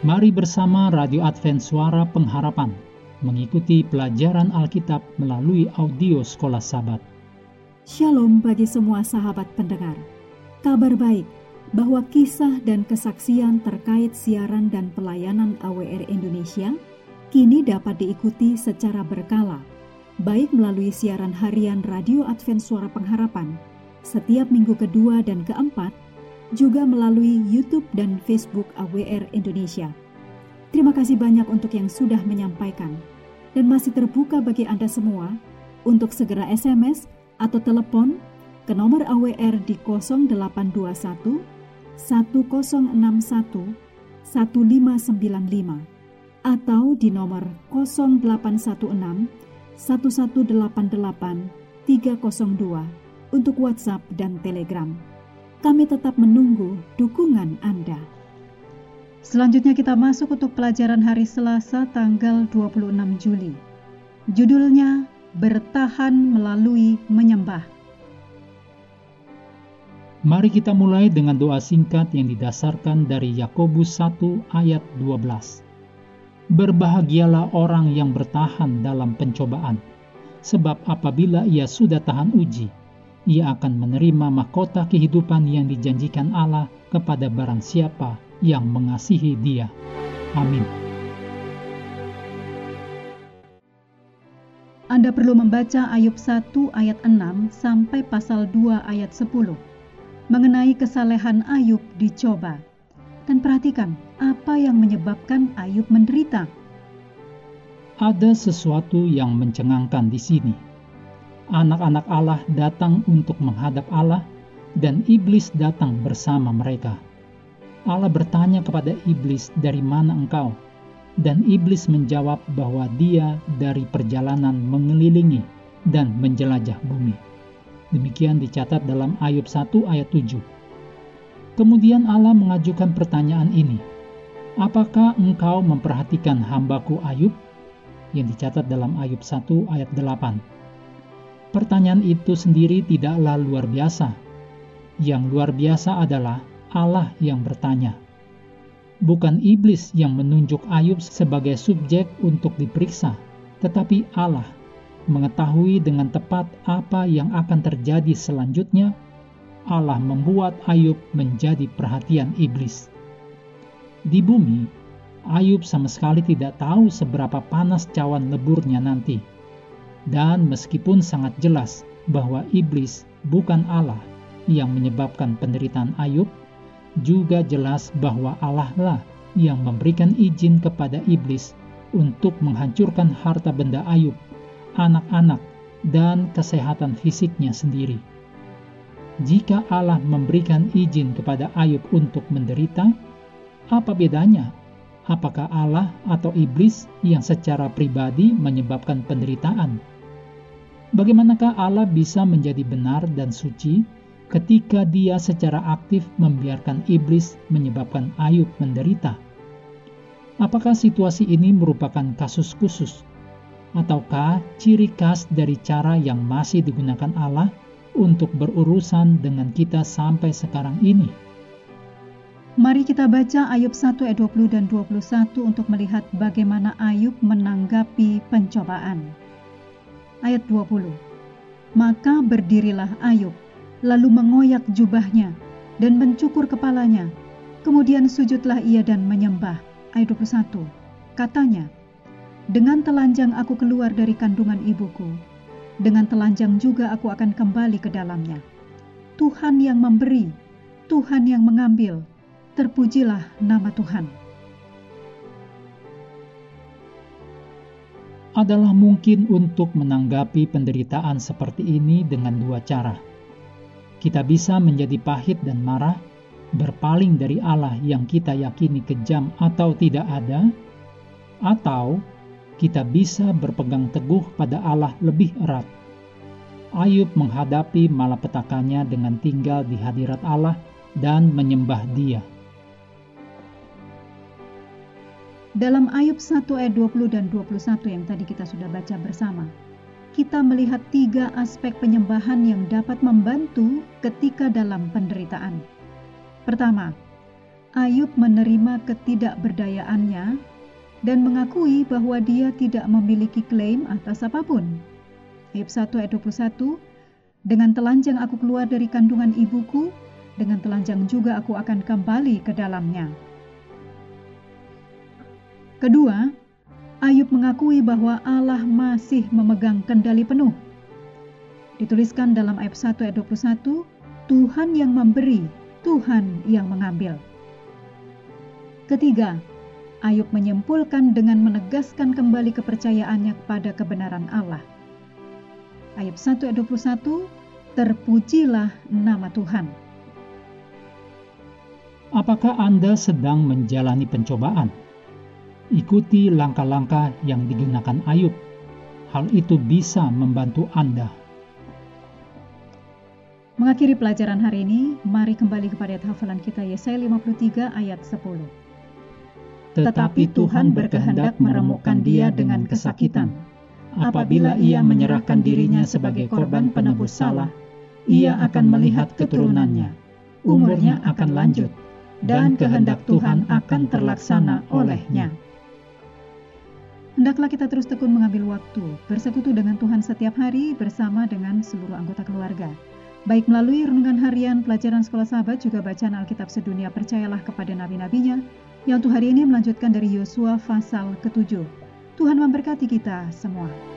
Mari bersama Radio Advent Suara Pengharapan mengikuti pelajaran Alkitab melalui audio Sekolah Sabat. Shalom bagi semua sahabat pendengar. Kabar baik bahwa kisah dan kesaksian terkait siaran dan pelayanan AWR Indonesia kini dapat diikuti secara berkala, baik melalui siaran harian Radio Advent Suara Pengharapan setiap minggu kedua dan keempat, juga melalui YouTube dan Facebook AWR Indonesia. Terima kasih banyak untuk yang sudah menyampaikan dan masih terbuka bagi Anda semua untuk segera SMS atau telepon ke nomor AWR di 0821 1061 1595 atau di nomor 0816 1188 302 untuk WhatsApp dan Telegram. Kami tetap menunggu dukungan Anda. Selanjutnya kita masuk untuk pelajaran hari Selasa tanggal 26 Juli. Judulnya Bertahan Melalui Menyembah. Mari kita mulai dengan doa singkat yang didasarkan dari Yakobus 1 ayat 12. Berbahagialah orang yang bertahan dalam pencobaan, sebab apabila ia sudah tahan uji, ia akan menerima mahkota kehidupan yang dijanjikan Allah kepada barang siapa yang mengasihi Dia. Amin. Anda perlu membaca Ayub 1 ayat 6 sampai pasal 2 ayat 10 mengenai kesalehan Ayub dicoba. Dan perhatikan apa yang menyebabkan Ayub menderita. Ada sesuatu yang mencengangkan di sini. Anak-anak Allah datang untuk menghadap Allah, dan iblis datang bersama mereka. Allah bertanya kepada iblis, "Dari mana engkau?" Dan iblis menjawab bahwa dia dari perjalanan mengelilingi dan menjelajah bumi. Demikian dicatat dalam Ayub 1 ayat 7. Kemudian Allah mengajukan pertanyaan ini, "Apakah engkau memperhatikan hambaku Ayub?" Yang dicatat dalam Ayub 1 ayat 8. Pertanyaan itu sendiri tidaklah luar biasa. Yang luar biasa adalah Allah yang bertanya. Bukan iblis yang menunjuk Ayub sebagai subjek untuk diperiksa, tetapi Allah mengetahui dengan tepat apa yang akan terjadi selanjutnya. Allah membuat Ayub menjadi perhatian iblis. Di bumi, Ayub sama sekali tidak tahu seberapa panas cawan leburnya nanti. Dan meskipun sangat jelas bahwa iblis bukan Allah yang menyebabkan penderitaan Ayub, juga jelas bahwa Allah lah yang memberikan izin kepada iblis untuk menghancurkan harta benda Ayub, anak-anak, dan kesehatan fisiknya sendiri. Jika Allah memberikan izin kepada Ayub untuk menderita, apa bedanya? Apakah Allah atau iblis yang secara pribadi menyebabkan penderitaan? Bagaimanakah Allah bisa menjadi benar dan suci ketika Dia secara aktif membiarkan iblis menyebabkan Ayub menderita? Apakah situasi ini merupakan kasus khusus? Ataukah ciri khas dari cara yang masih digunakan Allah untuk berurusan dengan kita sampai sekarang ini? Mari kita baca Ayub 1 ayat 20 dan 21 untuk melihat bagaimana Ayub menanggapi pencobaan. Ayat 20. Maka berdirilah Ayub, lalu mengoyak jubahnya dan mencukur kepalanya. Kemudian sujudlah ia dan menyembah. Ayat 21. Katanya, "Dengan telanjang aku keluar dari kandungan ibuku. Dengan telanjang juga aku akan kembali ke dalamnya. Tuhan yang memberi, Tuhan yang mengambil. Terpujilah nama Tuhan." Adalah mungkin untuk menanggapi penderitaan seperti ini dengan dua cara. Kita bisa menjadi pahit dan marah, berpaling dari Allah yang kita yakini kejam atau tidak ada, atau kita bisa berpegang teguh pada Allah lebih erat. Ayub menghadapi malapetakannya dengan tinggal di hadirat Allah dan menyembah Dia. Dalam Ayub 1 ayat 20 dan 21 yang tadi kita sudah baca bersama, kita melihat 3 aspek penyembahan yang dapat membantu ketika dalam penderitaan. Pertama, Ayub menerima ketidakberdayaannya dan mengakui bahwa dia tidak memiliki klaim atas apapun. Ayub 1 ayat 21, dengan telanjang aku keluar dari kandungan ibuku, dengan telanjang juga aku akan kembali ke dalamnya. Kedua, Ayub mengakui bahwa Allah masih memegang kendali penuh. Dituliskan dalam ayat 1 ayat 21, Tuhan yang memberi, Tuhan yang mengambil. Ketiga, Ayub menyimpulkan dengan menegaskan kembali kepercayaannya kepada kebenaran Allah. Ayub 1 ayat 21, terpujilah nama Tuhan. Apakah Anda sedang menjalani pencobaan? Ikuti langkah-langkah yang digunakan Ayub. Hal itu bisa membantu Anda. Mengakhiri pelajaran hari ini, mari kembali kepada ayat hafalan kita Yesaya 53 ayat 10. Tetapi Tuhan berkehendak meremukkan dia dengan kesakitan. Apabila ia menyerahkan dirinya sebagai korban penebus salah, ia akan melihat keturunannya. Umurnya akan lanjut, dan kehendak Tuhan akan terlaksana olehnya. Hendaklah kita terus tekun mengambil waktu, bersekutu dengan Tuhan setiap hari bersama dengan seluruh anggota keluarga. Baik melalui renungan harian, pelajaran sekolah sahabat, juga bacaan Alkitab sedunia percayalah kepada nabi-nabinya, yang untuk hari ini melanjutkan dari Yosua pasal ke-7. Tuhan memberkati kita semua.